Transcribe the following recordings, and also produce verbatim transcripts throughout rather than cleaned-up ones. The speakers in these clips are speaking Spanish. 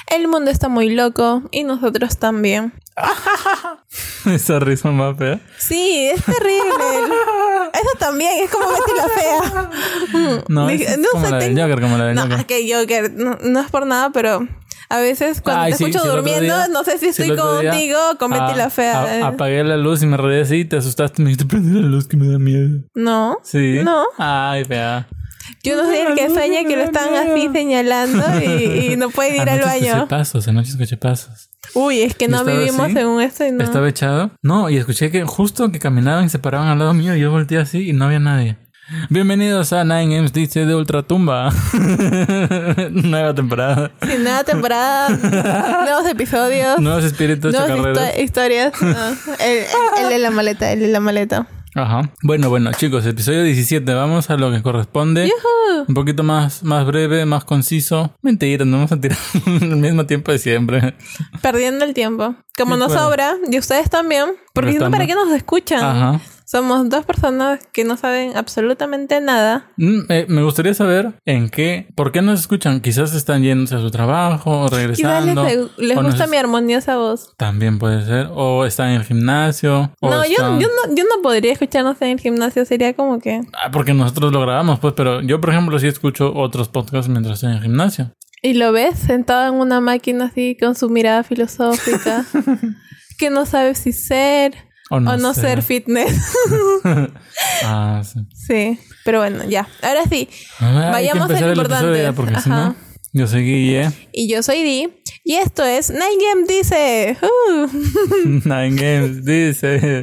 El mundo está muy loco y nosotros también. Esa risa más fea. Sí, es terrible. Eso también es como Betty la Fea. No, es no como sé, la del tengo... Joker, como la del no, Joker. es que Joker no, no es por nada, pero a veces cuando Ay, te sí, escucho sí, el otro durmiendo, día- no sé si sí, estoy el otro día, contigo o con Betty ah, la Fea. a- apagué la luz y me reí así y te asustaste. Me dijiste, prende la luz que me da miedo. No. Sí. No. Ay, fea. Yo no soy el que sueña que lo están así señalando y, y no puede ir al Anoche escuché baño. pasos, anoche escuché pasos. Uy, es que Yo no estaba vivimos así, según esto y no. Estaba echado. No, y escuché que justo que caminaban y se paraban al lado mío y yo volteé así y no había nadie. Bienvenidos a nueve Games Dice de Ultratumba. Nueva temporada. Sí, nueva temporada, nuevos episodios, Nuevos espíritus nuevas chacarreros. histo- historias. No, el, el, el de la maleta, el de la maleta. Ajá. Bueno, bueno, chicos, episodio diecisiete. Vamos a lo que corresponde. ¡Yujú! Un poquito más, más breve, más conciso. Mentira, no vamos a tirar al mismo tiempo de siempre. Perdiendo el tiempo. Como Sí, nos bueno. sobra, y ustedes también, porque si no, estamos- ¿para qué nos escuchan? Ajá. Somos dos personas que no saben absolutamente nada. Mm, eh, me gustaría saber en qué, por qué nos escuchan. Quizás están yéndose a su trabajo o Quizás les, regresando. les o nos gusta es- mi armoniosa voz. También puede ser. O están en el gimnasio. O No, yo, están- yo, no, yo no podría escucharnos en el gimnasio. Sería como que... Ah, porque nosotros lo grabamos, pues. Pero yo, por ejemplo, sí escucho otros podcasts mientras estoy en el gimnasio. Y lo ves sentado en una máquina así con su mirada filosófica. Que no sabe si ser O no, o no sé. ser fitness. Ah, sí. Sí, pero bueno, ya. Ahora sí, A ver, hay que vayamos a empezar lo el episodio importante. ya, porque si Ajá. no, yo soy Guille. Y yo soy Di. Y esto es Night Game Dice. Uh. Nine Games dice.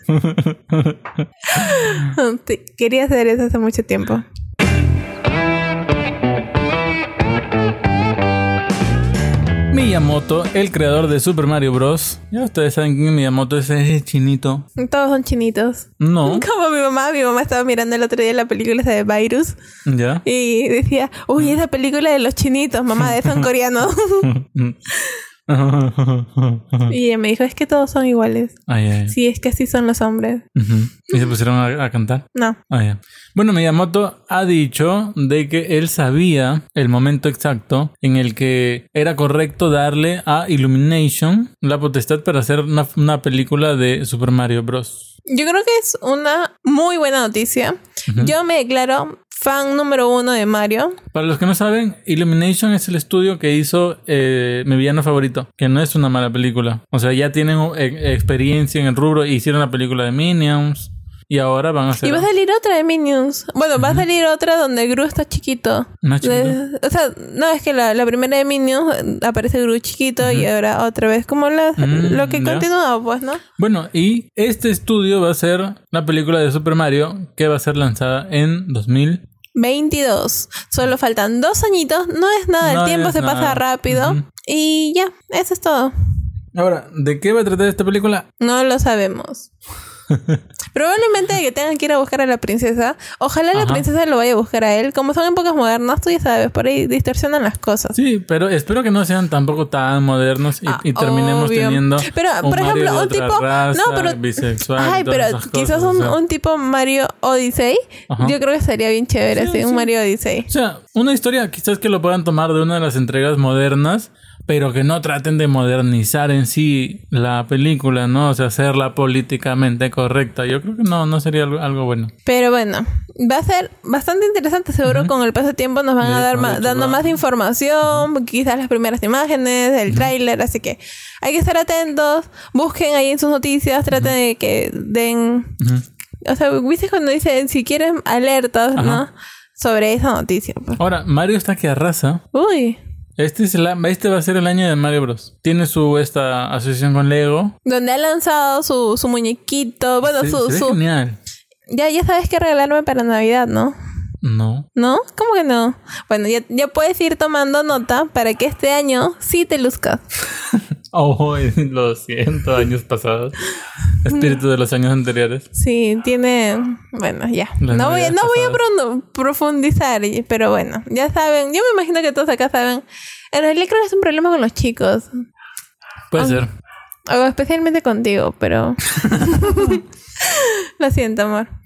Sí, quería hacer eso hace mucho tiempo. Miyamoto, el creador de Super Mario Bros. Ya ustedes saben quién es Miyamoto, ese es el chinito. Todos son chinitos. No. Como mi mamá. Mi mamá estaba mirando el otro día la película esa de Virus. Ya. Y decía, uy, esa película de los chinitos, mamá, de son coreanos. Y ella me dijo, es que todos son iguales. Ay, ay. Sí, es que así son los hombres. Ujú. ¿Y se pusieron a, a cantar? No. Ah, ya. Bueno, Miyamoto ha dicho de que él sabía el momento exacto en el que era correcto darle a Illumination la potestad para hacer una, una película de Super Mario Bros. Yo creo que es una muy buena noticia. Ujú. Yo me declaro fan número uno de Mario. Para los que no saben, Illumination es el estudio que hizo eh, Mi Villano Favorito, que no es una mala película. O sea, ya tienen eh, experiencia en el rubro, hicieron la película de Minions y ahora van a hacer... Y va a salir otra de Minions. Bueno, va a salir otra donde Gru está chiquito. ¿Más chiquito? De- o sea, no, es que la, la primera de Minions eh, aparece Gru chiquito y ahora otra vez. Como la, Mm, lo que ya. continúa, pues, ¿no? Bueno, y este estudio va a ser la película de Super Mario que va a ser lanzada en dos mil. veintidós. Solo faltan dos añitos. No es nada, No el tiempo es se nada. pasa rápido. Ujú. Y ya, eso es todo. Ahora, ¿de qué va a tratar esta película? No lo sabemos. Probablemente que tengan que ir a buscar a la princesa. Ojalá la Ajá. princesa lo vaya a buscar a él. Como son épocas modernas, tú ya sabes, por ahí distorsionan las cosas. Sí, pero espero que no sean tampoco tan modernos y, Ah, y terminemos obvio. teniendo Pero, un por Mario ejemplo, de un otra tipo- raza, no, pero- bisexual, y Ay, todas pero esas quizás cosas, un, o sea. un tipo Mario Odyssey. Ajá. Yo creo que estaría bien chévere, Sí, sí, un sí. Mario Odyssey. O sea, una historia quizás que lo puedan tomar de una de las entregas modernas, pero que no traten de modernizar en sí la película, ¿no? O sea, hacerla políticamente correcta. Yo creo que no, no sería algo, algo bueno. Pero bueno, va a ser bastante interesante. Seguro con el paso del tiempo nos van De a dar hecho, ma- de hecho, dando va. más información, quizás las primeras imágenes, el tráiler, así que hay que estar atentos. Busquen ahí en sus noticias, traten de que den... Ujú. O sea, viste cuando dicen si quieren alertas, ¿no? Ajá. Sobre esa noticia. Pues. Ahora, Mario está que arrasa. Uy, Este, es la- este va a ser el año de Mario Bros. Tiene su esta asociación con Lego. donde ha lanzado su, su muñequito, bueno, Se- su... se ve su genial. ya, ya sabes qué regalarme para Navidad, ¿no? No. ¿No? ¿Cómo que no? Bueno, ya, ya puedes ir tomando nota para que este año sí te luzcas. Oh, lo siento, años pasados. Espíritu de los años anteriores. Sí, tiene... Bueno, ya. Las No voy, navidades no voy a pasadas. prono- profundizar, pero bueno, ya saben. Yo me imagino que todos acá saben. En realidad creo que es un problema con los chicos. Puede Ah. ser. O especialmente contigo, pero... Lo siento, amor.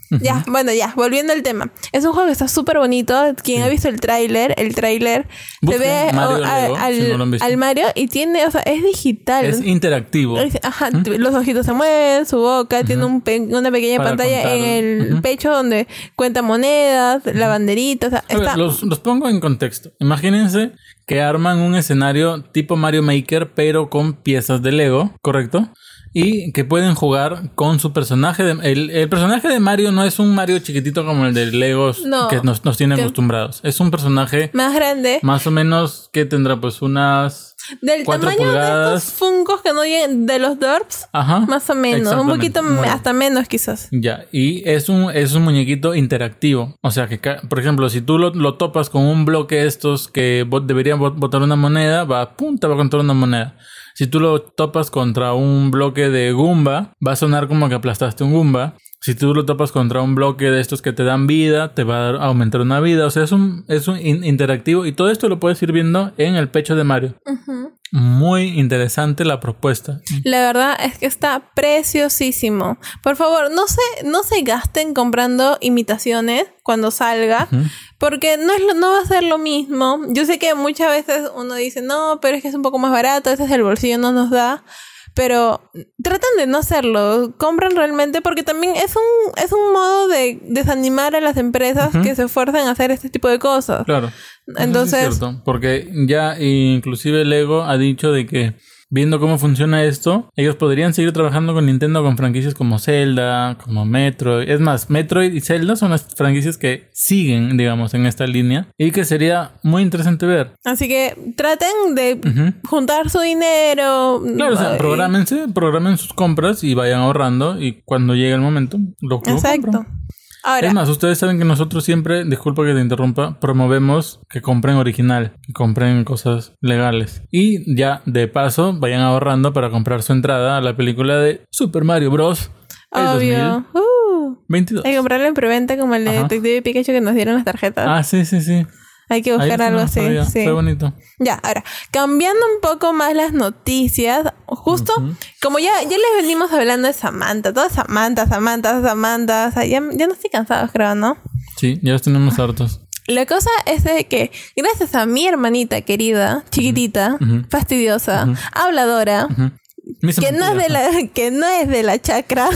Uh-huh. Ya, bueno, ya, volviendo al tema. Es un juego que está súper bonito. Quien Sí. ha visto el tráiler, el tráiler, se Busquen ve Mario oh, a- Lego, al, si no lo han visto. al Mario y tiene, o sea, es digital. Es interactivo. Es- Ajá, los ojitos se mueven, su boca, tiene un pe- una pequeña Para pantalla contar. en el Ujú. pecho donde cuenta monedas, la banderita, o sea, A ver, está... los, los pongo en contexto. Imagínense que arman un escenario tipo Mario Maker, pero con piezas de Lego, ¿correcto? Y que pueden jugar con su personaje. De, el, el personaje de Mario no es un Mario chiquitito como el de Legos No. que nos, nos tiene Que- acostumbrados. Es un personaje Más grande, más o menos que tendrá pues unas... del cuatro tamaño de pulgadas. estos funcos que no llegan de los Dorps, Ajá. más o menos, un Exactamente. poquito Muy bien. hasta menos quizás. Ya, y es un, es un muñequito interactivo. O sea que, ca- por ejemplo, si tú lo, lo topas con un bloque estos que bo- deberían bot- botar una moneda, va, pum, te va a contar una moneda. Si tú lo topas contra un bloque de Goomba, va a sonar como que aplastaste un Goomba. Si tú lo topas contra un bloque de estos que te dan vida, te va a dar- a aumentar una vida. O sea, es un, es un in- interactivo y todo esto lo puedes ir viendo en el pecho de Mario. Ujú. Muy interesante la propuesta. La verdad es que está preciosísimo. Por favor, no se, no se gasten comprando imitaciones cuando salga, Ujú. porque no, es lo- no va a ser lo mismo. Yo sé que muchas veces uno dice, no, pero es que es un poco más barato, a veces el bolsillo no nos da. Pero tratan de no hacerlo, compran realmente porque también es un, es un modo de desanimar a las empresas Ujú. que se esfuerzan a hacer este tipo de cosas. Claro. Eso Entonces- sí es cierto, porque ya inclusive Lego ha dicho de que viendo cómo funciona esto, ellos podrían seguir trabajando con Nintendo con franquicias como Zelda, como Metroid. Es más, Metroid y Zelda son las franquicias que siguen, digamos, en esta línea y que sería muy interesante ver. Así que traten de Ujú. juntar su dinero. Claro, o sea, eh, prográmense, programen sus compras y vayan ahorrando y cuando llegue el momento lo, lo Exacto. compran. Ahora, Es más, ustedes saben que nosotros siempre, disculpa que te interrumpa, promovemos que compren original, que compren cosas legales. Y ya de paso vayan ahorrando para comprar su entrada a la película de Super Mario Bros. el obvio. Uh, dos mil veintidós. hay que comprarlo en preventa como el de Ajá. Detective Pikachu que nos dieron las tarjetas. Ah, sí, sí, sí. Hay que Ahí buscar está, algo no así. sabía. Sí. Fue bonito. Ya, ahora, cambiando un poco más las noticias, justo Ujú. como ya, ya les venimos hablando de Samantha, todas Samantha, Samantha, Samantha, o sea, ya, ya no estoy cansados, creo, ¿no? Sí, ya los tenemos hartos. La cosa es de que, gracias a mi hermanita querida, chiquitita, Ujú. fastidiosa, Ujú. habladora, Ujú. Mis que no, es de la, que no es de la chacra,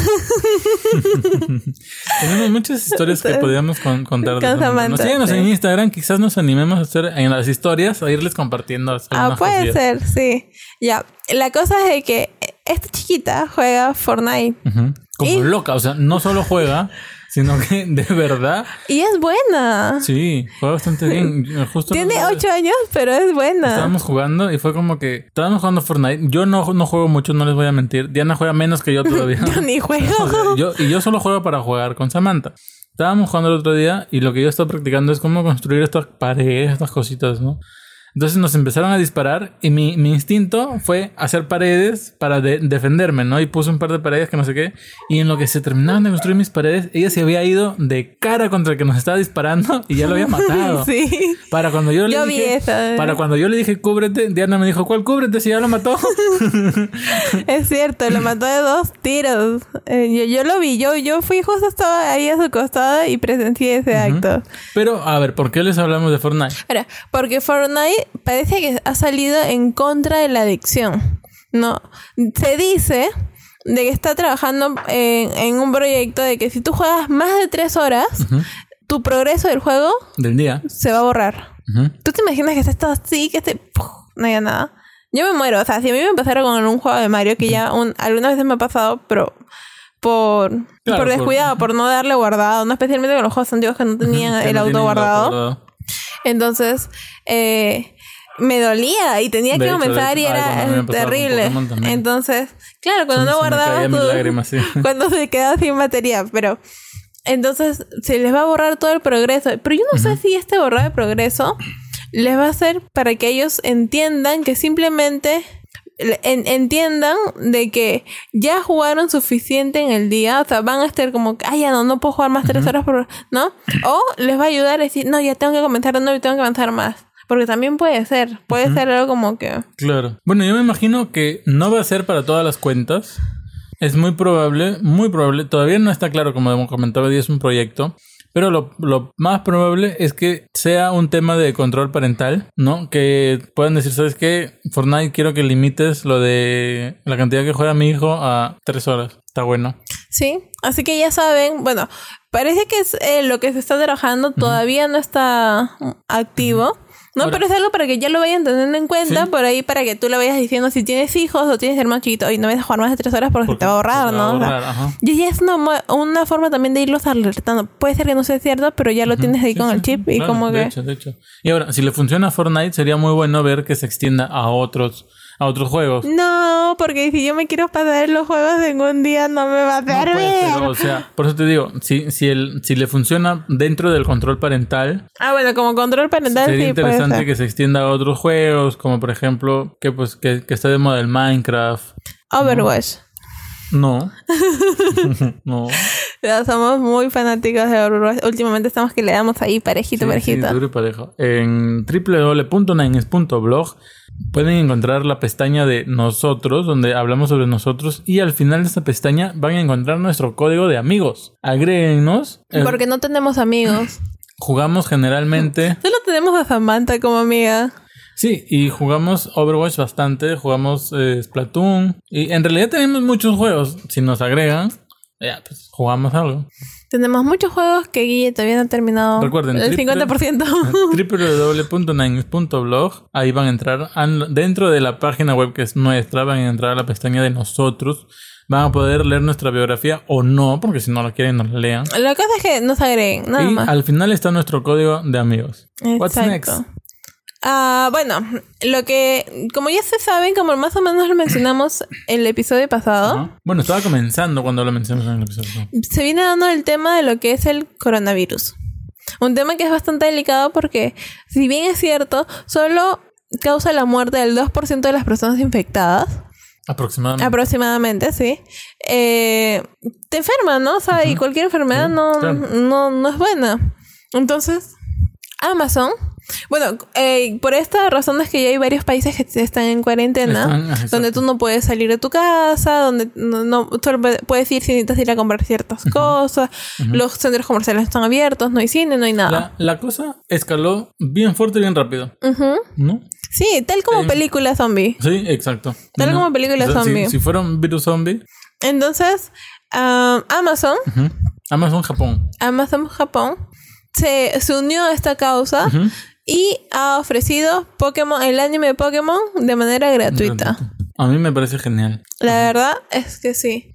Tenemos muchas historias que podríamos con- contar. de Con Samantha. Samantha, Nos síganos sí. en Instagram, quizás nos animemos a hacer en las historias, a irles compartiendo. ah, algunas puede cosillas. ser, sí. Ya, la cosa es de que esta chiquita juega Fortnite Ujú. Como Y- loca, o sea, no solo juega, sino que de verdad, y es buena. sí, juega bastante bien. Justo Tiene la- ocho años, pero es buena. Estábamos jugando y fue como que estábamos jugando Fortnite. Yo no, no juego mucho, no les voy a mentir. Diana juega menos que yo todavía. Yo ni juego. O sea, yo, y yo solo juego para jugar con Samantha. Estábamos jugando el otro día y lo que yo estaba practicando es cómo construir estas paredes, estas cositas, ¿no? Entonces nos empezaron a disparar y mi, mi instinto fue hacer paredes para de- defenderme, ¿no? Y puse un par de paredes que no sé qué. Y en lo que se terminaban de construir mis paredes, ella se había ido de cara contra el que nos estaba disparando y ya lo había matado. Sí. Para cuando yo le Yo vi dije, esa. para cuando yo le dije cúbrete, Diana me dijo, ¿cuál cúbrete si ya lo mató? Es cierto, lo mató de dos tiros. Eh, yo, yo lo vi, yo, yo fui justo estaba ahí a su costado y presencié ese acto. Pero, a ver, ¿por qué les hablamos de Fortnite? Ahora, porque Fortnite parece que ha salido en contra de la adicción. No, se dice de que está trabajando en, en un proyecto de que si tú juegas más de tres horas, Ujú. tu progreso del juego Del día. se va a borrar. Ujú. ¿Tú te imaginas que estés todo así, que esté, ¡puf! No haya nada? Yo me muero. O sea, si a mí me pasaron con un juego de Mario, que ya un, algunas veces me ha pasado, pero por, Claro, por descuidado, por- por, no darle guardado, no especialmente con los juegos antiguos que no tenían Que el no auto tienen guardado. guardado. Entonces, eh, me dolía y tenía De que hecho, de comenzar y hecho. Ay, era cuando a mí me pasaba con terrible. Pokémon también. Entonces, claro, cuando Se- no se me guardabas caían mis todo- lágrimas, sí. cuando se quedaba sin batería, pero entonces se les va a borrar todo el progreso. Pero yo no sé si este borrado de progreso les va a hacer para que ellos entiendan que simplemente en- entiendan de que ya jugaron suficiente en el día, o sea, van a estar como, ay, ya no, no puedo jugar más tres horas por, ¿no? O les va a ayudar a decir, no, ya tengo que comenzar de nuevo y tengo que avanzar más. Porque también puede ser, puede ser algo como que... Claro. Bueno, yo me imagino que no va a ser para todas las cuentas. Es muy probable, muy probable, todavía no está claro, como comentaba, es un proyecto. Pero lo, lo más probable es que sea un tema de control parental, ¿no? Que puedan decir, ¿sabes qué? Fortnite, quiero que limites lo de la cantidad que juega mi hijo a tres horas. Está bueno. Sí, así que ya saben, bueno, parece que es eh, lo que se está trabajando todavía uh-huh. no está activo. Uh-huh. No, ahora, pero es algo para que ya lo vayan teniendo en cuenta, ¿sí? Por ahí para que tú lo vayas diciendo si tienes hijos o tienes hermanos chiquitos y no vayas a jugar más de tres horas porque, porque te va a ahorrar, ¿no? Va a ahorrar, o sea, y ya es una, una forma también de irlos alertando. Puede ser que no sea cierto, pero ya lo uh-huh. tienes ahí sí, con sí, el chip y claro, como de que... hecho, de hecho. Y ahora, si le funciona a Fortnite, sería muy bueno ver que se extienda a otros... a otros juegos. No, porque si yo me quiero pasar los juegos en un día no me va a servir. No, pues, o sea, por eso te digo, si, si, el, si le funciona dentro del control parental... Ah, bueno, como control parental sería sí interesante que se extienda a otros juegos, como por ejemplo, que pues que, que está de moda el Minecraft. Overwatch. No. No. Ya somos muy fanáticos de Overwatch. Últimamente estamos que le damos ahí parejito, sí, parejito. Sí, duro y parejo. En doble u doble u doble u punto nines punto blog pueden encontrar la pestaña de nosotros, donde hablamos sobre nosotros, y al final de esta pestaña van a encontrar nuestro código de amigos. Agréguennos. Porque no tenemos amigos. Jugamos generalmente... Solo tenemos a Samantha como amiga. Sí, y jugamos Overwatch bastante, jugamos eh, Splatoon, y en realidad tenemos muchos juegos. Si nos agregan, ya, pues jugamos algo. Tenemos muchos juegos que Guille todavía no ha terminado. Recuerden, el cincuenta por ciento. doble u doble u doble u punto nines punto blog. Ahí van a entrar, dentro de la página web que es nuestra, van a entrar a la pestaña de nosotros. Van a poder leer nuestra biografía o no, porque si no la quieren, no la lean. La cosa es que nos agreguen, nada y más. Al final está nuestro código de amigos. Exacto. What's next? Ah, uh, bueno, lo que, como ya se saben, como más o menos lo mencionamos en el episodio pasado. Uh-huh. Bueno, estaba comenzando cuando lo mencionamos en el episodio. Se viene dando el tema de lo que es el coronavirus. Un tema que es bastante delicado porque, si bien es cierto, solo causa la muerte del dos por ciento de las personas infectadas. Aproximadamente. Aproximadamente, sí. Eh, te enferma, ¿no? O sea, uh-huh. y cualquier enfermedad sí, no, claro. no, no es buena. Entonces, Amazon... Bueno, eh, por esta razón es que ya hay varios países que están en cuarentena, están, donde tú no puedes salir de tu casa, donde no, no solo puedes ir si necesitas ir a comprar ciertas uh-huh. cosas, uh-huh. los centros comerciales están abiertos, no hay cine, no hay nada. La, la cosa escaló bien fuerte y bien rápido, uh-huh. ¿no? Sí, tal como eh, película zombie. Sí, exacto. Tal no, como película o sea, zombie. Si, si fuera un virus zombie. Entonces, uh, Amazon. Uh-huh. Amazon Japón. Amazon Japón se, se unió a esta causa. Uh-huh. Y ha ofrecido Pokémon, el anime de Pokémon de manera gratuita. A mí me parece genial. La verdad es que sí.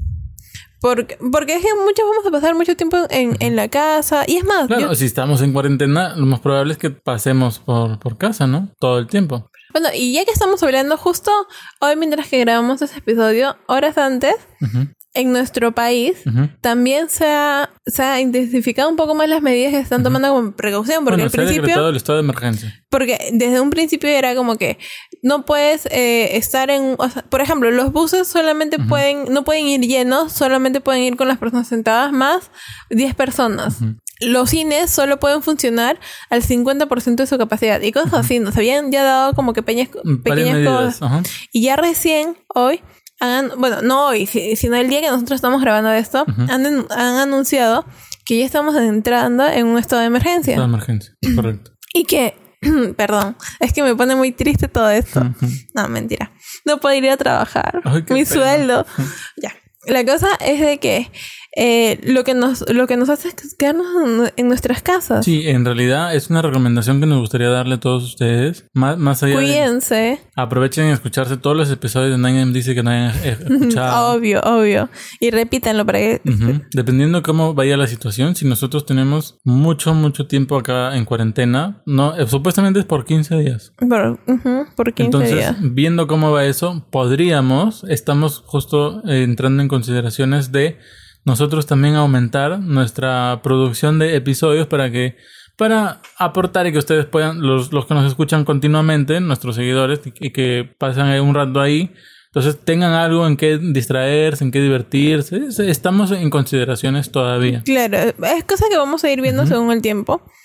Porque, porque es que muchos vamos a pasar mucho tiempo en, en la casa. Y es más... Claro, yo... si estamos en cuarentena, lo más probable es que pasemos por, por casa, ¿no? Todo el tiempo. Bueno, y ya que estamos hablando justo hoy mientras que grabamos este episodio, horas antes... Uh-huh. En nuestro país uh-huh. también se ha, se ha intensificado un poco más las medidas que se están tomando uh-huh. como precaución. Porque bueno, al se principio, ha decretado el estado de emergencia. Porque desde un principio era como que no puedes eh, estar en... O sea, por ejemplo, los buses solamente uh-huh. pueden... No pueden ir llenos, solamente pueden ir con las personas sentadas más diez personas. Uh-huh. Los cines solo pueden funcionar al cincuenta por ciento de su capacidad. Y cosas uh-huh. así. Nos habían ya dado como que pequeñas, pequeñas cosas. Uh-huh. Y ya recién, hoy... Han, bueno, no hoy, sino el día que nosotros estamos grabando esto, uh-huh. han, han anunciado que ya estamos entrando en un estado de emergencia. Estado de emergencia, correcto. Y que, perdón, es que me pone muy triste todo esto. Uh-huh. No, mentira. No puedo ir a trabajar. Ay, mi pena. Sueldo. Ya. La cosa es de que eh, lo que nos lo que nos hace es quedarnos en, en nuestras casas. Sí, en realidad es una recomendación que nos gustaría darle a todos ustedes. Más, más allá Cuídense. De, aprovechen y escucharse todos los episodios de nine M dice que no hayan escuchado. Obvio, obvio. Y repítanlo para que... Uh-huh. Dependiendo de cómo vaya la situación, si nosotros tenemos mucho, mucho tiempo acá en cuarentena, no, eh, supuestamente es por quince días. Por, uh-huh, por quince Entonces, días. Viendo cómo va eso, podríamos, estamos justo eh, entrando en consideraciones de nosotros también aumentar nuestra producción de episodios para que para aportar y que ustedes puedan, los, los que nos escuchan continuamente, nuestros seguidores, y, y que pasan un rato ahí, entonces tengan algo en qué distraerse, en qué divertirse. Estamos en consideraciones todavía. Claro, es cosa que vamos a ir viendo uh-huh. según el tiempo.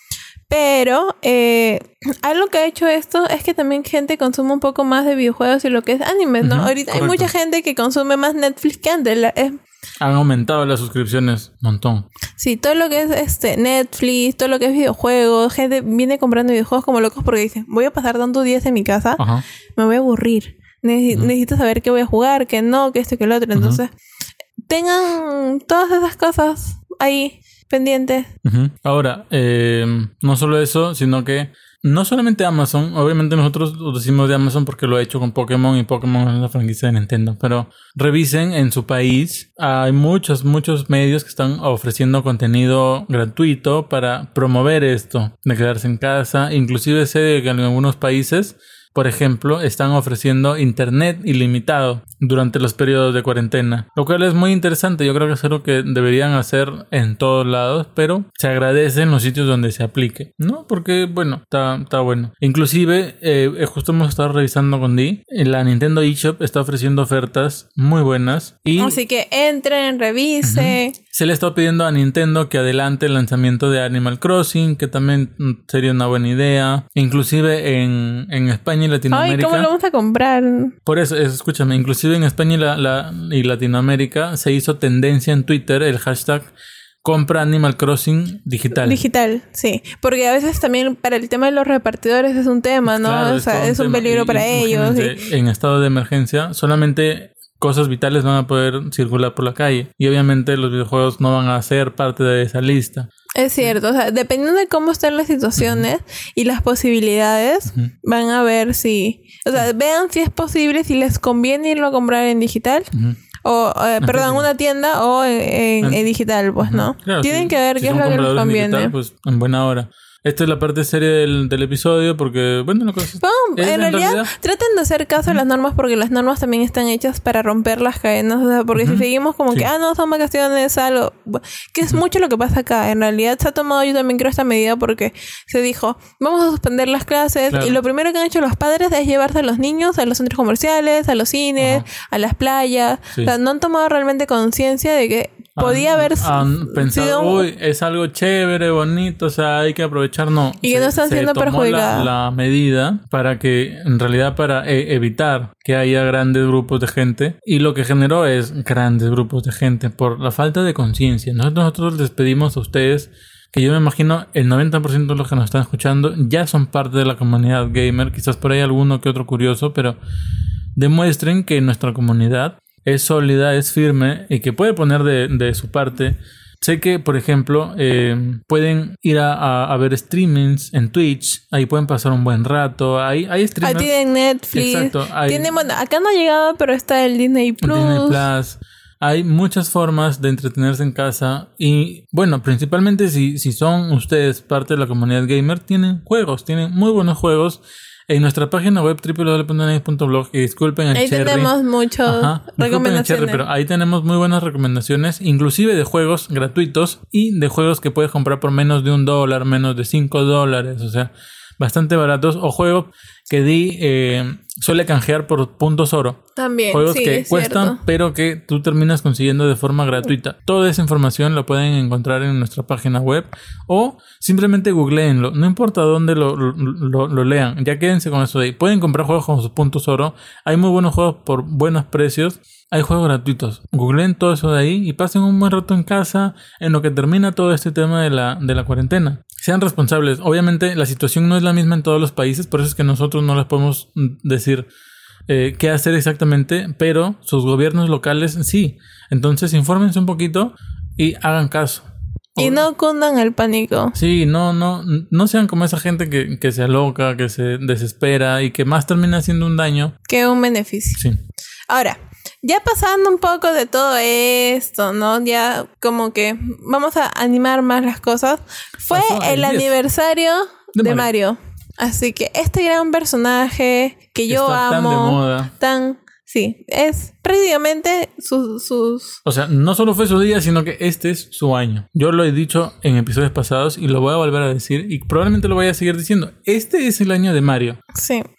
Pero eh, algo que ha hecho esto es que también gente consume un poco más de videojuegos y lo que es anime, ¿no? Uh-huh, Ahorita correcto. Hay mucha gente que consume más Netflix que antes. La, es, Han aumentado las suscripciones un montón. Sí, todo lo que es este Netflix, todo lo que es videojuegos, gente viene comprando videojuegos como locos porque dicen, voy a pasar tantos días en mi casa, uh-huh. me voy a aburrir. Neces- uh-huh. Necesito saber qué voy a jugar, qué no, qué esto, qué lo otro. Entonces, uh-huh. tengan todas esas cosas ahí pendientes. Uh-huh. Ahora, eh, no solo eso, sino que no solamente Amazon, obviamente nosotros lo decimos de Amazon porque lo ha hecho con Pokémon y Pokémon es la franquicia de Nintendo, pero revisen en su país, hay muchos, muchos medios que están ofreciendo contenido gratuito para promover esto, de quedarse en casa. Inclusive sé que en algunos países, por ejemplo, están ofreciendo internet ilimitado durante los periodos de cuarentena, lo cual es muy interesante. Yo creo que es algo que deberían hacer en todos lados, pero se agradece en los sitios donde se aplique, ¿no? Porque, bueno, está, está bueno. Inclusive, eh, justo hemos estado revisando con Di, la Nintendo eShop está ofreciendo ofertas muy buenas. Y así que entren, revisen. Uh-huh. Se le está pidiendo a Nintendo que adelante el lanzamiento de Animal Crossing, que también sería una buena idea. Inclusive en, en España y Latinoamérica. Ay, ¿cómo lo vamos a comprar? Por eso, eso escúchame, inclusive en España y, la, la, y Latinoamérica se hizo tendencia en Twitter el hashtag compra Animal Crossing digital. Digital, sí. Porque a veces también para el tema de los repartidores es un tema, ¿no? Claro, o sea, es, es un, un peligro y, para ellos. Y... En estado de emergencia, solamente cosas vitales van a poder circular por la calle. Y obviamente los videojuegos no van a ser parte de esa lista. Es cierto, o sea, dependiendo de cómo estén las situaciones uh-huh. y las posibilidades, uh-huh. van a ver si... O sea, vean si es posible, si les conviene irlo a comprar en digital. Uh-huh. O, eh, perdón, en una tienda o en, en, en digital, pues, ¿no? Uh-huh. Claro, Tienen sí. que ver si qué es lo que les conviene. Digital, pues, en buena hora. Esta es la parte seria del, del episodio porque, bueno, la cosa no, es, en, en realidad, realidad traten de hacer caso uh-huh. a las normas porque las normas también están hechas para romper las cadenas. O sea, porque uh-huh. si seguimos como sí. que, ah, no, son vacaciones, algo... Que es uh-huh. mucho lo que pasa acá. En realidad se ha tomado, yo también creo, esta medida porque se dijo, vamos a suspender las clases. Claro. Y lo primero que han hecho los padres es llevarse a los niños a los centros comerciales, a los cines, uh-huh. a las playas. Sí. O sea, no han tomado realmente conciencia de que podía han, haber han pensado, sido... uy, es algo chévere, bonito, o sea, hay que aprovechar. No, y que se, no están siendo perjudicadas. La, la medida para que, en realidad, para e- evitar que haya grandes grupos de gente. Y lo que generó es grandes grupos de gente por la falta de conciencia. Nosotros, nosotros les pedimos a ustedes, que yo me imagino el noventa por ciento de los que nos están escuchando ya son parte de la comunidad gamer. Quizás por ahí alguno que otro curioso, pero demuestren que nuestra comunidad es sólida, es firme y que puede poner de, de su parte. Sé que, por ejemplo, eh, pueden ir a, a, a ver streamings en Twitch. Ahí pueden pasar un buen rato. Ahí hay streamers. Ahí tienen Netflix. Exacto. Hay, tienen, bueno, acá no ha llegado, pero está el Disney Plus. Disney Plus. Hay muchas formas de entretenerse en casa. Y, bueno, principalmente si, si son ustedes parte de la comunidad gamer, tienen juegos. Tienen muy buenos juegos. En nuestra página web doble u doble u doble u punto naniz punto blog, y disculpen al ahí Cherry. Ahí tenemos muchas recomendaciones. Cherry, pero ahí tenemos muy buenas recomendaciones, inclusive de juegos gratuitos y de juegos que puedes comprar por menos de un dólar, menos de cinco dólares, o sea, bastante baratos. O juegos que Di eh, suele canjear por puntos oro. También, juegos sí, que es cuestan, cierto. pero que tú terminas consiguiendo de forma gratuita. Toda esa información la pueden encontrar en nuestra página web o simplemente googleenlo. No importa dónde lo, lo, lo, lo lean, ya quédense con eso de ahí. Pueden comprar juegos con sus puntos oro. Hay muy buenos juegos por buenos precios. Hay juegos gratuitos. Googleen todo eso de ahí y pasen un buen rato en casa en lo que termina todo este tema de la, de la cuarentena. Sean responsables. Obviamente la situación no es la misma en todos los países, por eso es que nosotros no les podemos decir eh, qué hacer exactamente, pero sus gobiernos locales sí. Entonces infórmense un poquito y hagan caso. Y no cundan el pánico. Sí, no, no, no sean como esa gente que, que se aloca, que se desespera y que más termina haciendo un daño que un beneficio. Sí. Ahora, ya pasando un poco de todo esto, ¿no? Ya como que vamos a animar más las cosas. Fue Pasó el, el aniversario de, de Mario. Mario. Así que este gran personaje que yo Está amo, tan de moda. tan... Sí, es prácticamente sus, sus... O sea, no solo fue su día, sino que este es su año. Yo lo he dicho en episodios pasados y lo voy a volver a decir y probablemente lo voy a seguir diciendo. Este es el año de Mario. Sí.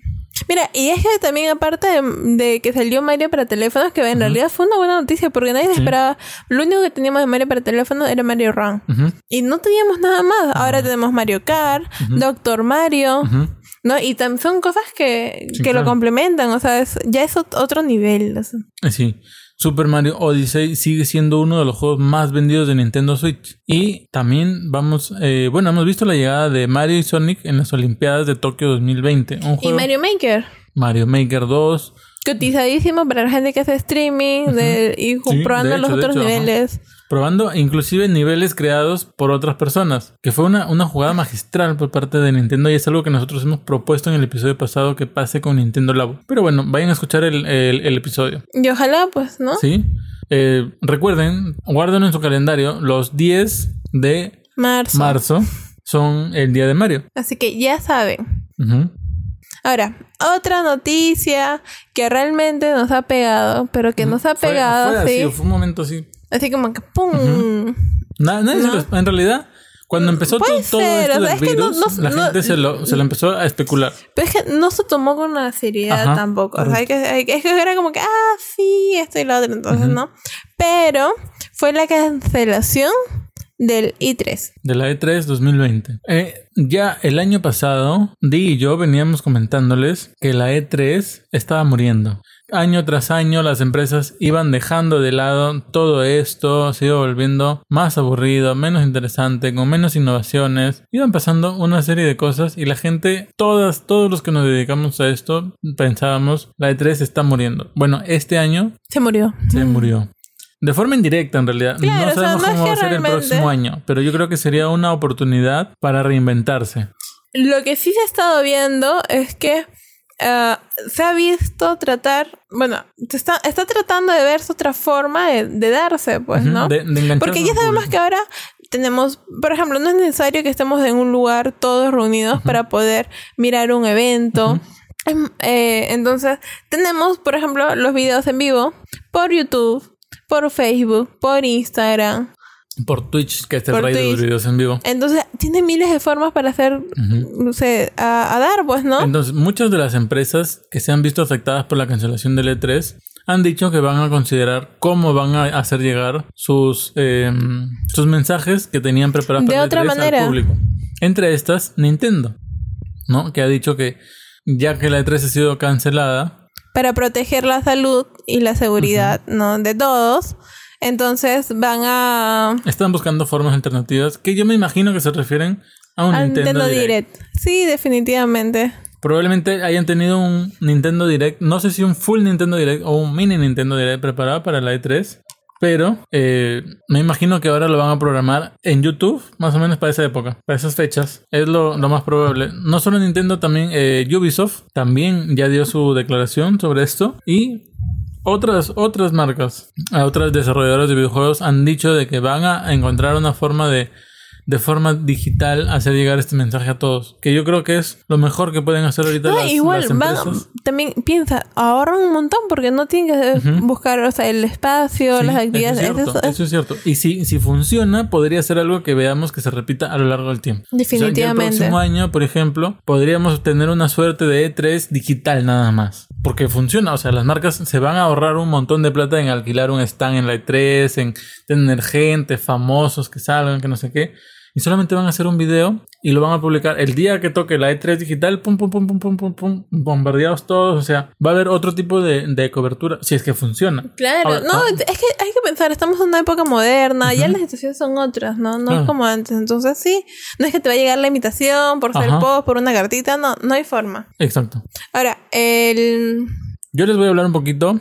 Mira, y es que también aparte de, de que salió Mario para teléfonos, que en uh-huh. realidad fue una buena noticia porque nadie sí. esperaba. Lo único que teníamos de Mario para teléfonos era Mario Run. Uh-huh. Y no teníamos nada más. Ahora uh-huh. tenemos Mario Kart, uh-huh. Doctor Mario, uh-huh. ¿no? Y también son cosas que, sí, que claro. lo complementan. O sea, es, ya es otro nivel. O sea. Sí. Super Mario Odyssey sigue siendo uno de los juegos más vendidos de Nintendo Switch. Y también vamos... Eh, bueno, hemos visto la llegada de Mario y Sonic en las Olimpiadas de Tokio dos mil veinte. Un juego, y Mario Maker. Mario Maker dos. Cotizadísimo para la gente que hace streaming de, y sí, probando hecho, los otros hecho, niveles. Ajá. Probando inclusive niveles creados por otras personas. Que fue una, una jugada magistral por parte de Nintendo y es algo que nosotros hemos propuesto en el episodio pasado que pase con Nintendo Labo. Pero bueno, vayan a escuchar el, el, el episodio. Y ojalá, pues, ¿no? Sí. Eh, recuerden, guarden en su calendario, los diez de marzo. marzo son el día de Mario. Así que ya saben. Uh-huh. Ahora, otra noticia que realmente nos ha pegado, pero que nos ha fue, pegado fue así. Así, fue un momento así. Así como que ¡pum! Uh-huh. Na, nadie ¿no? se lo, en realidad, cuando empezó todo, todo esto o sea, del es que virus, no, no, la no, gente se lo, se lo empezó a especular. Pero es que no se tomó con una seriedad Ajá, tampoco. O sea, hay que, hay que, es que era como que, ah, sí, esto y lo otro, entonces, uh-huh. ¿no? Pero fue la cancelación del E tres. De la E tres dos mil veinte. Eh, ya el año pasado, Di y yo veníamos comentándoles que la E tres estaba muriendo. Año tras año las empresas iban dejando de lado todo esto, se iba volviendo más aburrido, menos interesante, con menos innovaciones. Iban pasando una serie de cosas y la gente, todas, todos los que nos dedicamos a esto, pensábamos, la E tres está muriendo. Bueno, este año... Se murió. Se murió. De forma indirecta, en realidad. Claro, no sabemos o sea, no cómo va a es ser realmente... el próximo año, pero yo creo que sería una oportunidad para reinventarse. Lo que sí se ha estado viendo es que uh, se ha visto tratar... Bueno, se está, está tratando de verse otra forma de, de darse, pues, uh-huh, ¿no? De, de engancharse. Porque ya sabemos público. Que ahora tenemos... Por ejemplo, no es necesario que estemos en un lugar todos reunidos uh-huh. para poder mirar un evento. Uh-huh. Eh, entonces, tenemos, por ejemplo, los videos en vivo por YouTube, por Facebook, por Instagram, por Twitch, que es el rey de los videos en vivo. Entonces, tiene miles de formas para hacer, uh-huh. no sé, a, a dar, pues, ¿no? Entonces, muchas de las empresas que se han visto afectadas por la cancelación del E tres han dicho que van a considerar cómo van a hacer llegar sus, eh, sus mensajes que tenían preparados para el E tres manera. Al público. Entre estas, Nintendo, ¿no? Que ha dicho que ya que la E tres ha sido cancelada, para proteger la salud y la seguridad, uh-huh. ¿no? de todos. Entonces van a... Están buscando formas alternativas que yo me imagino que se refieren a un Nintendo, Nintendo Direct. Direct. Sí, definitivamente. Probablemente hayan tenido un Nintendo Direct, no sé si un full Nintendo Direct o un mini Nintendo Direct preparado para la E tres. Pero eh, me imagino que ahora lo van a programar en YouTube, más o menos para esa época, para esas fechas. Es lo, lo más probable. No solo Nintendo, también eh, Ubisoft también ya dio su declaración sobre esto. Y otras, otras marcas, otras desarrolladoras de videojuegos han dicho de que van a encontrar una forma de... de forma digital hacer llegar este mensaje a todos. Que yo creo que es lo mejor que pueden hacer ahorita no, las, igual, las empresas. Van, también piensa, ahorran un montón porque no tienen que uh-huh. buscar, o sea, el espacio, sí, las actividades. Eso es cierto, eso, eso es cierto. Y si, si funciona, podría ser algo que veamos que se repita a lo largo del tiempo. Definitivamente. O sea, el próximo año, por ejemplo, podríamos tener una suerte de E tres digital nada más. Porque funciona, o sea, las marcas se van a ahorrar un montón de plata en alquilar un stand en la E tres, en tener gente, famosos que salgan, que no sé qué. Y solamente van a hacer un video y lo van a publicar el día que toque la E tres digital, pum, pum, pum, pum, pum, pum, pum, bombardeados todos. O sea, va a haber otro tipo de, de cobertura, si es que funciona. Claro, Ahora, no, ah, es que hay que pensar, estamos en una época moderna, uh-huh. ya las situaciones son otras, ¿no? No claro. es como antes. Entonces sí, no es que te va a llegar la invitación por ser post, por una cartita, no, no hay forma. Exacto. Ahora, el... Yo les voy a hablar un poquito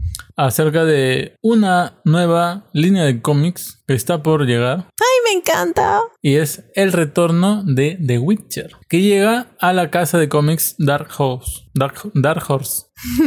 acerca de una nueva línea de cómics que está por llegar. ¡Ay, me encanta! Y es el retorno de The Witcher, que llega a la casa de cómics Dark Horse. Dark, Dark Horse.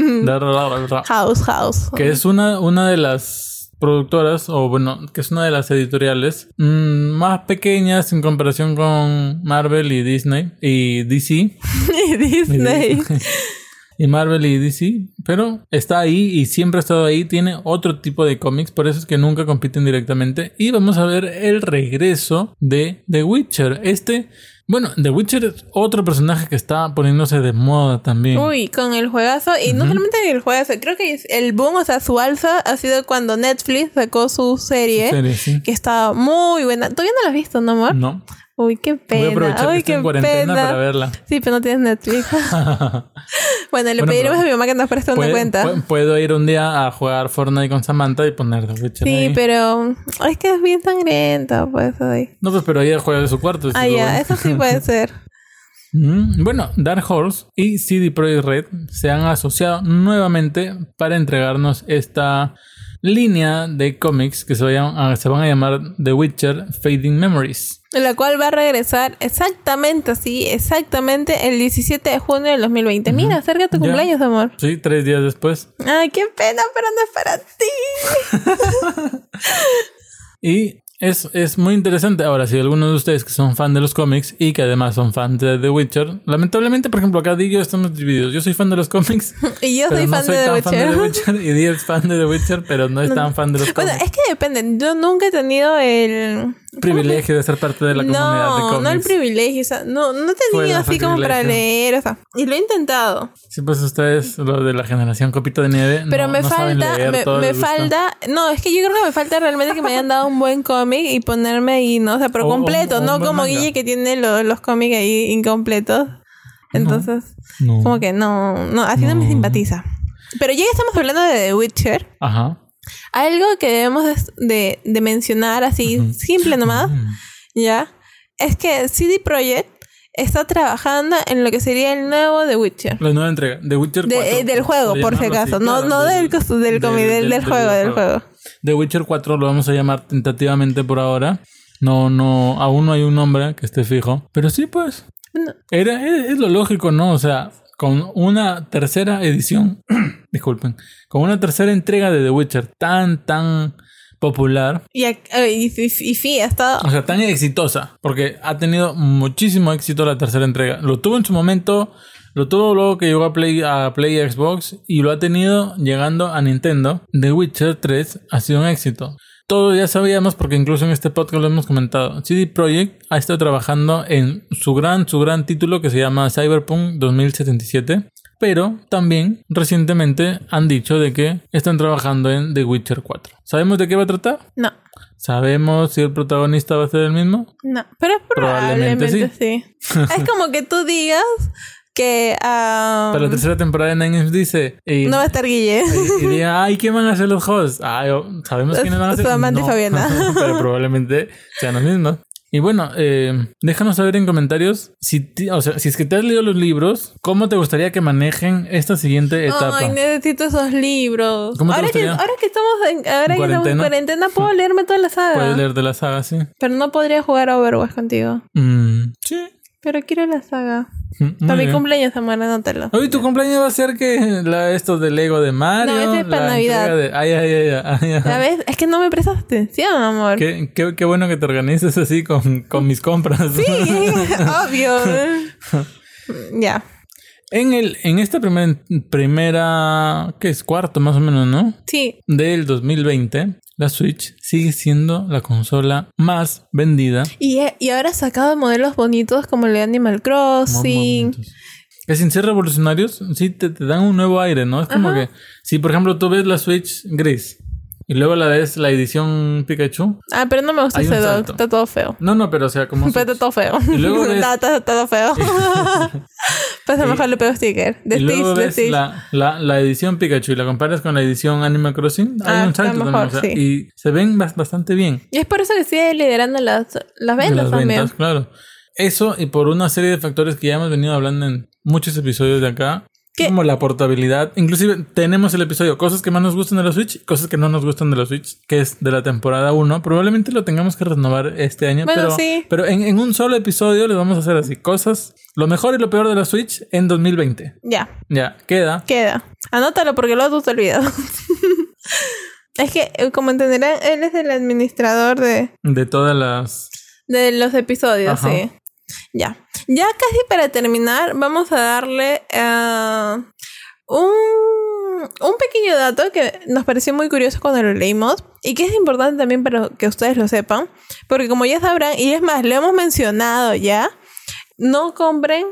Dark, House, House. Que es una, una de las productoras, o bueno, que es una de las editoriales mmm, más pequeñas en comparación con Marvel y Disney. Y D C. Disney. y Marvel y D C, pero está ahí y siempre ha estado ahí, tiene otro tipo de cómics, por eso es que nunca compiten directamente. Y vamos a ver el regreso de The Witcher. Este, bueno, The Witcher es otro personaje que está poniéndose de moda también. Uy, con el juegazo, y uh-huh. no solamente el juegazo, creo que el boom, o sea, su alza ha sido cuando Netflix sacó su serie, su serie sí. que estaba muy buena. ¿Todavía no la has visto, no, amor? No. Uy, qué pena. Voy a aprovechar Uy, que estoy qué en cuarentena pena. para verla. Sí, pero no tienes Netflix. Bueno, le bueno, pediremos a mi mamá que nos preste una cuenta. Puedo ir un día a jugar Fortnite con Samantha y poner The Witcher. Sí, ahí. pero es que es bien sangriento, pues ahí. No, pues pero ella juega de su cuarto. Ah, ya, bueno. Eso sí puede ser. Mm, bueno, Dark Horse y C D Projekt Red se han asociado nuevamente para entregarnos esta línea de cómics que se, vayan, se van a llamar The Witcher Fading Memories, la cual va a regresar exactamente así, exactamente el diecisiete de junio del dos mil veinte. Uh-huh. Mira, acerca tu cumpleaños, ya. amor. Sí, tres días después. Ay, qué pena, pero no es para ti. Y Es, es muy interesante. Ahora, si algunos de ustedes que son fan de los cómics y que además son fan de The Witcher, lamentablemente, por ejemplo, acá Di y yo estamos divididos. Yo soy fan de los cómics. Y yo soy, no fan, soy de tan fan de The Witcher. Y Di es fan de The Witcher, pero no es no, tan fan de los bueno, cómics. Es que depende. Yo nunca he tenido el privilegio de ser parte de la no, comunidad de cómics. No, no el privilegio. O sea, no, no he tenido así como para leer. O sea, y lo he intentado. Sí, pues ustedes, lo de la generación Copito de Nieve. Pero no, me no falta, leer, me, me falta. No, es que yo creo que me falta realmente que me hayan dado un buen cómic y ponerme ahí, ¿no? O sea, pero o, completo, o, o no como manga. Guille que tiene lo, los cómics ahí incompletos. Entonces, no, no. como que no, no, así no. no me simpatiza. Pero ya que estamos hablando de The Witcher. Ajá. Algo que debemos de, de, de mencionar así, uh-huh. simple nomás, uh-huh. ya, es que C D Projekt está trabajando en lo que sería el nuevo The Witcher. La nueva entrega, The Witcher cuatro. De, del juego, por si acaso. Así, no claro, no del, del, del, del, del, del, del juego, del juego. juego. The Witcher cuatro lo vamos a llamar tentativamente por ahora. No, no, aún no hay un nombre que esté fijo. Pero sí, pues, no. Era, es, es lo lógico, ¿no? O sea, con una tercera edición, disculpen, con una tercera entrega de The Witcher tan, tan popular. Y, y, y, y sí, ha estado... O sea, tan exitosa, porque ha tenido muchísimo éxito la tercera entrega. Lo tuvo en su momento, lo tuvo luego que llegó a Play, a Play y Xbox, y lo ha tenido llegando a Nintendo. The Witcher tres ha sido un éxito. Todos ya sabíamos, porque incluso en este podcast lo hemos comentado. C D Projekt ha estado trabajando en su gran, su gran título que se llama Cyberpunk dos mil setenta y siete. Pero también recientemente han dicho de que están trabajando en The Witcher cuatro. ¿Sabemos de qué va a tratar? No. ¿Sabemos si el protagonista va a ser el mismo? No, pero probablemente, probablemente sí. sí. Es como que tú digas que... Um, para la tercera temporada de Nine Games dice... Y, no va a estar Guille. Y, y diga, ay, ¿quién van a ser los hosts? Ay, ¿sabemos quiénes van a ser? Samantha y Fabiana. Pero probablemente sean los mismos. Y bueno, eh, déjanos saber en comentarios si, t- o sea, si es que te has leído los libros, ¿cómo te gustaría que manejen esta siguiente etapa? Ay, necesito esos libros. ¿Cómo te ahora, que, ahora que estamos en, ahora que estamos en cuarentena, puedo leerme toda la saga. Puedes leer de la saga, sí. Pero no podría jugar a Overwatch contigo. Mm, sí. Pero quiero la saga. Muy para bien. Mi cumpleaños, amor, anótalo. Oye, ¿tu cumpleaños va a ser que la, esto de Lego de Mario? No, ese es para Navidad. De... Ay, ay, ay, ay, ay, ay. ¿Sabes? Es que no me prestas atención, amor. Qué, qué, qué bueno que te organices así con, con mis compras. Sí, obvio. Ya. En el en esta primera, primera, ¿qué es? Cuarto más o menos, ¿no? Sí. Del dos mil veinte, la Switch sigue siendo la consola más vendida. Y, y ahora ha sacado modelos bonitos como el de Animal Crossing. Que sin ser revolucionarios, sí te, te dan un nuevo aire, ¿no? Es como Ajá. que, si por ejemplo tú ves la Switch gris y luego la ves la edición Pikachu. Ah, pero no me gusta ese dog, está todo feo. No, no, pero o sea, como... Pero está todo feo. Y luego ves... está, está todo feo. Pues a lo mejor le pego sticker. De y Stitch, luego de ves Stitch. La, la, la edición Pikachu y la comparas con la edición Animal Crossing. Ah, hay un salto mejor, también, o sea, sí. y se ven bastante bien. Y es por eso que sigue liderando las, las ventas las también. Ventas, claro. Eso y por una serie de factores que ya hemos venido hablando en muchos episodios de acá. ¿Qué? Como la portabilidad. Inclusive tenemos el episodio cosas que más nos gustan de la Switch, cosas que no nos gustan de la Switch, que es de la temporada uno. Probablemente lo tengamos que renovar este año. Bueno, pero sí. pero en, en un solo episodio les vamos a hacer así. Cosas, lo mejor y lo peor de la Switch en dos mil veinte. Ya. Ya, queda. Queda. Anótalo porque luego tú te olvidas. Es que, como entenderán, él es el administrador de... De todas las... De los episodios, Ajá. sí. Ya. Ya casi para terminar, vamos a darle uh, pequeño dato que nos pareció muy curioso cuando lo leímos y que es importante también para que ustedes lo sepan, porque como ya sabrán, y es más, lo hemos mencionado ya, no compren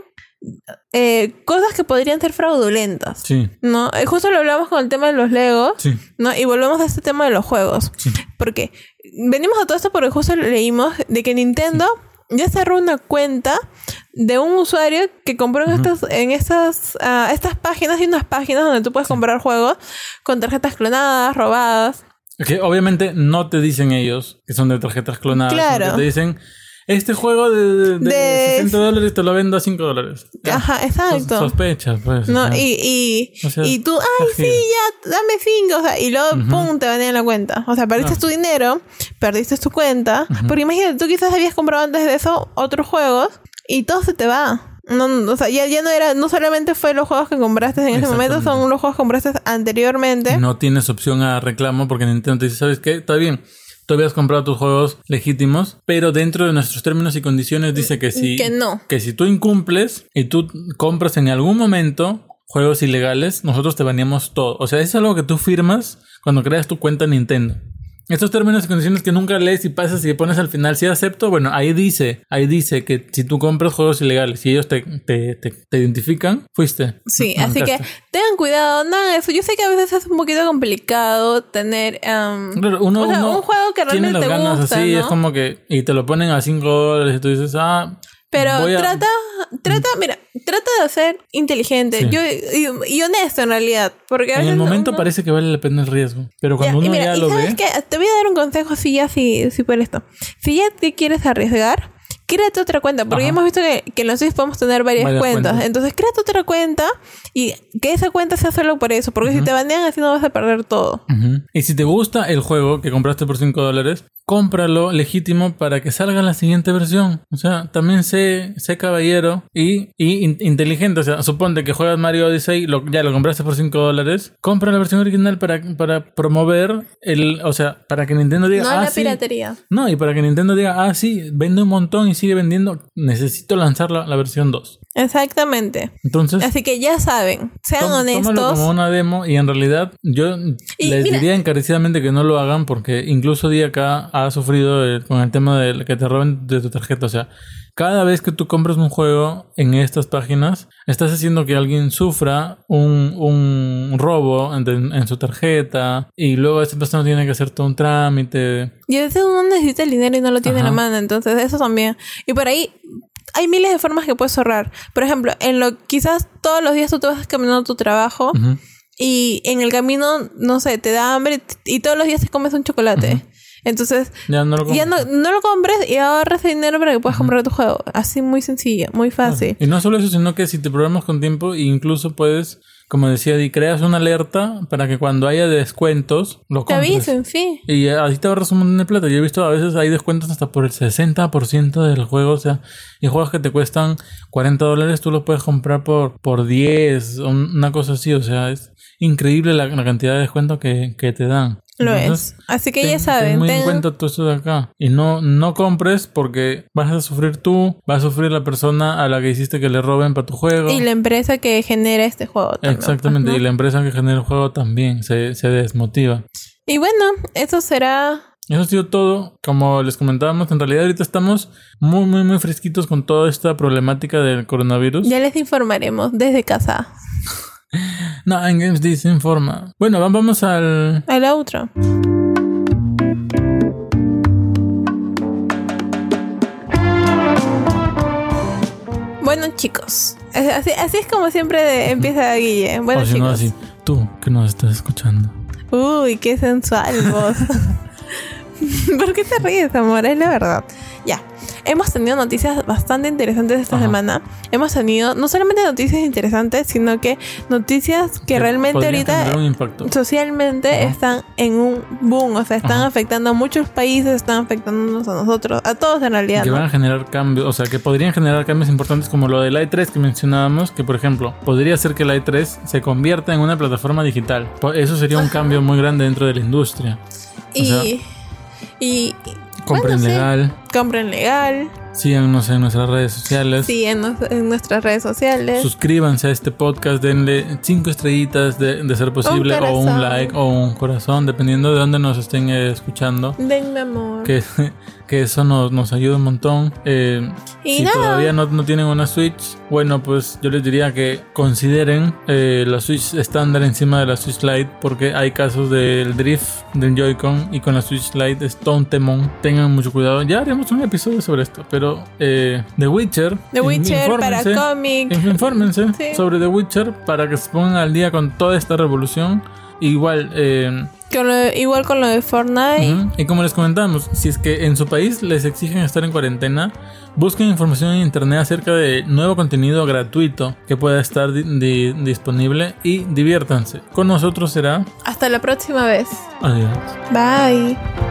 eh, cosas que podrían ser fraudulentas. Sí. ¿No? Eh, justo lo hablamos con el tema de los Legos, Sí. ¿no? Y volvemos a este tema de los juegos. Sí. Porque venimos a todo esto porque justo leímos de que Nintendo sí. ya cerró una cuenta de un usuario que compró en uh-huh. estas, en estas, uh, estas páginas y unas páginas donde tú puedes sí. comprar juegos con tarjetas clonadas, robadas. Que obviamente no te dicen ellos que son de tarjetas clonadas. Claro. Te dicen, este juego de, de, de, de sesenta dólares te lo vendo a cinco dólares. ¿Ya? Ajá, exacto. Sospechas, pues. No, o sea, y, y, o sea, y tú, ay, sí, ya, dame cinco. O sea, y luego, uh-huh. pum, te banean la cuenta. O sea, perdiste uh-huh. tu dinero, perdiste tu cuenta. Uh-huh. Porque imagínate, tú quizás habías comprado antes de eso otros juegos y todo se te va. No, no, o sea, ya, ya no era, no solamente fue los juegos que compraste en ese momento, son los juegos que compraste anteriormente. No tienes opción a reclamo porque Nintendo te dice, ¿sabes qué? Está bien. Tú habías comprado tus juegos legítimos, pero dentro de nuestros términos y condiciones dice que si, que no. que si tú incumples y tú compras en algún momento juegos ilegales, nosotros te baneamos todo. O sea, es algo que tú firmas cuando creas tu cuenta Nintendo. Estos términos y condiciones que nunca lees y pasas y pones al final, si acepto, bueno, ahí dice, ahí dice que si tú compras juegos ilegales y ellos te, te, te, te identifican, fuiste. Sí, no, así que tengan cuidado, nada de eso. Yo sé que a veces es un poquito complicado tener um, claro, uno, o sea, uno un juego que realmente tiene las te ganas gusta, así, ¿no? Es como que, y te lo ponen a cinco dólares y tú dices, ah... Pero a... trata, trata, mira, trata de ser inteligente sí. yo, y, y honesto en realidad. Porque a en veces el momento uno... parece que vale la pena el riesgo. Pero cuando ya, uno mira, ya y lo ¿sabes ve... qué? Te voy a dar un consejo así ya, si, si por esto. Si ya te quieres arriesgar, créate otra cuenta. Porque ya hemos visto que, que en los Switch podemos tener varias, varias cuentas. cuentas. Entonces, créate otra cuenta y que esa cuenta sea solo por eso. Porque uh-huh. si te banean así no vas a perder todo. Uh-huh. Y si te gusta el juego que compraste por cinco dólares, cómpralo legítimo para que salga la siguiente versión. O sea, también sé, sé caballero y, y in, inteligente. O sea, suponte que juegas Mario Odyssey, lo, ya lo compraste por cinco dólares. Compra la versión original para, para promover el... O sea, para que Nintendo diga... No ah, la sí. piratería. No, y para que Nintendo diga, ah, sí, vende un montón y sigue vendiendo. Necesito lanzar la, la versión dos. Exactamente. Entonces... Así que ya saben, sean tom, honestos. Tómalo como una demo y en realidad yo y les mira, diría encarecidamente que no lo hagan porque incluso día acá ha sufrido el, con el tema de que te roben de tu tarjeta. O sea, cada vez que tú compras un juego en estas páginas, estás haciendo que alguien sufra un, un robo en, en su tarjeta y luego esa persona tiene que hacer todo un trámite. Y a veces uno necesita el dinero y no lo tiene Ajá. en la mano, entonces eso también. Y por ahí... hay miles de formas que puedes ahorrar. Por ejemplo, en lo quizás todos los días tú te vas caminando a tu trabajo uh-huh. y en el camino, no sé, te da hambre y todos los días te comes un chocolate. Uh-huh. Entonces, ya, no lo, ya no, no lo compres y ahorras dinero para que puedas uh-huh. comprar tu juego. Así muy sencillo, muy fácil. Uh-huh. Y no solo eso, sino que si te programas con tiempo, incluso puedes... Como decía, y creas una alerta para que cuando haya descuentos lo compres. Te avisen, sí. Y así te ahorras un montón de plata. Yo he visto a veces hay descuentos hasta por el sesenta por ciento del juego. O sea, y juegos que te cuestan cuarenta dólares tú los puedes comprar por, por diez. Una cosa así. O sea, es increíble la, la cantidad de descuento que, que te dan. Lo Entonces, es. Así que ten, ya saben. Ten muy ten... en cuenta todo esto de acá. Y no, no compres porque vas a sufrir tú, va a sufrir la persona a la que hiciste que le roben para tu juego. Y la empresa que genera este juego también. Exactamente. ¿No? Y la empresa que genera el juego también se, se desmotiva. Y bueno, eso será... Eso ha sido todo. Como les comentábamos, en realidad ahorita estamos muy, muy, muy fresquitos con toda esta problemática del coronavirus. Ya les informaremos desde casa. No, en Games Dice informa. Bueno, vamos al... Al outro. Bueno, chicos, así, así es como siempre de, empieza Guille. Bueno, o si chicos. No, así, tú que nos estás escuchando. Uy, qué sensual vos. ¿Por qué te ríes, amor? Es la verdad. Ya. Hemos tenido noticias bastante interesantes esta Ajá. semana. Hemos tenido no solamente noticias interesantes, sino que noticias que, que realmente ahorita socialmente Ajá. están en un boom. O sea, están Ajá. afectando a muchos países, están afectándonos a nosotros, a todos en realidad. Que ¿no? van a generar cambios, o sea, que podrían generar cambios importantes como lo del i tres que mencionábamos, que por ejemplo, podría ser que el i tres se convierta en una plataforma digital. Eso sería un Ajá. cambio muy grande dentro de la industria. Y... O sea, y... compren bueno, legal. Sí. Compren legal. Síganos en nuestras redes sociales. Sí, en, en nuestras redes sociales. Suscríbanse a este podcast, denle cinco estrellitas de, de ser posible, o un like o un corazón, dependiendo de dónde nos estén eh, escuchando. Denme amor. Que, que eso nos, nos ayuda un montón. Eh, y si nada. todavía no, no tienen una Switch, bueno, pues yo les diría que consideren eh, la Switch estándar encima de la Switch Lite, porque hay casos del drift del Joy-Con y con la Switch Lite es todo un temón. Tengan mucho cuidado. Ya haremos un episodio sobre esto, pero eh, The Witcher, The Witcher para cómic. Infórmense Sí. sobre The Witcher para que se pongan al día con toda esta revolución. Igual, eh, Con lo, igual con lo de Fortnite. uh-huh. Y como les comentamos, si es que en su país les exigen estar en cuarentena, busquen información en internet acerca de nuevo contenido gratuito que pueda estar di- di- disponible y diviértanse. Con nosotros será... Hasta la próxima vez. Adiós. Bye.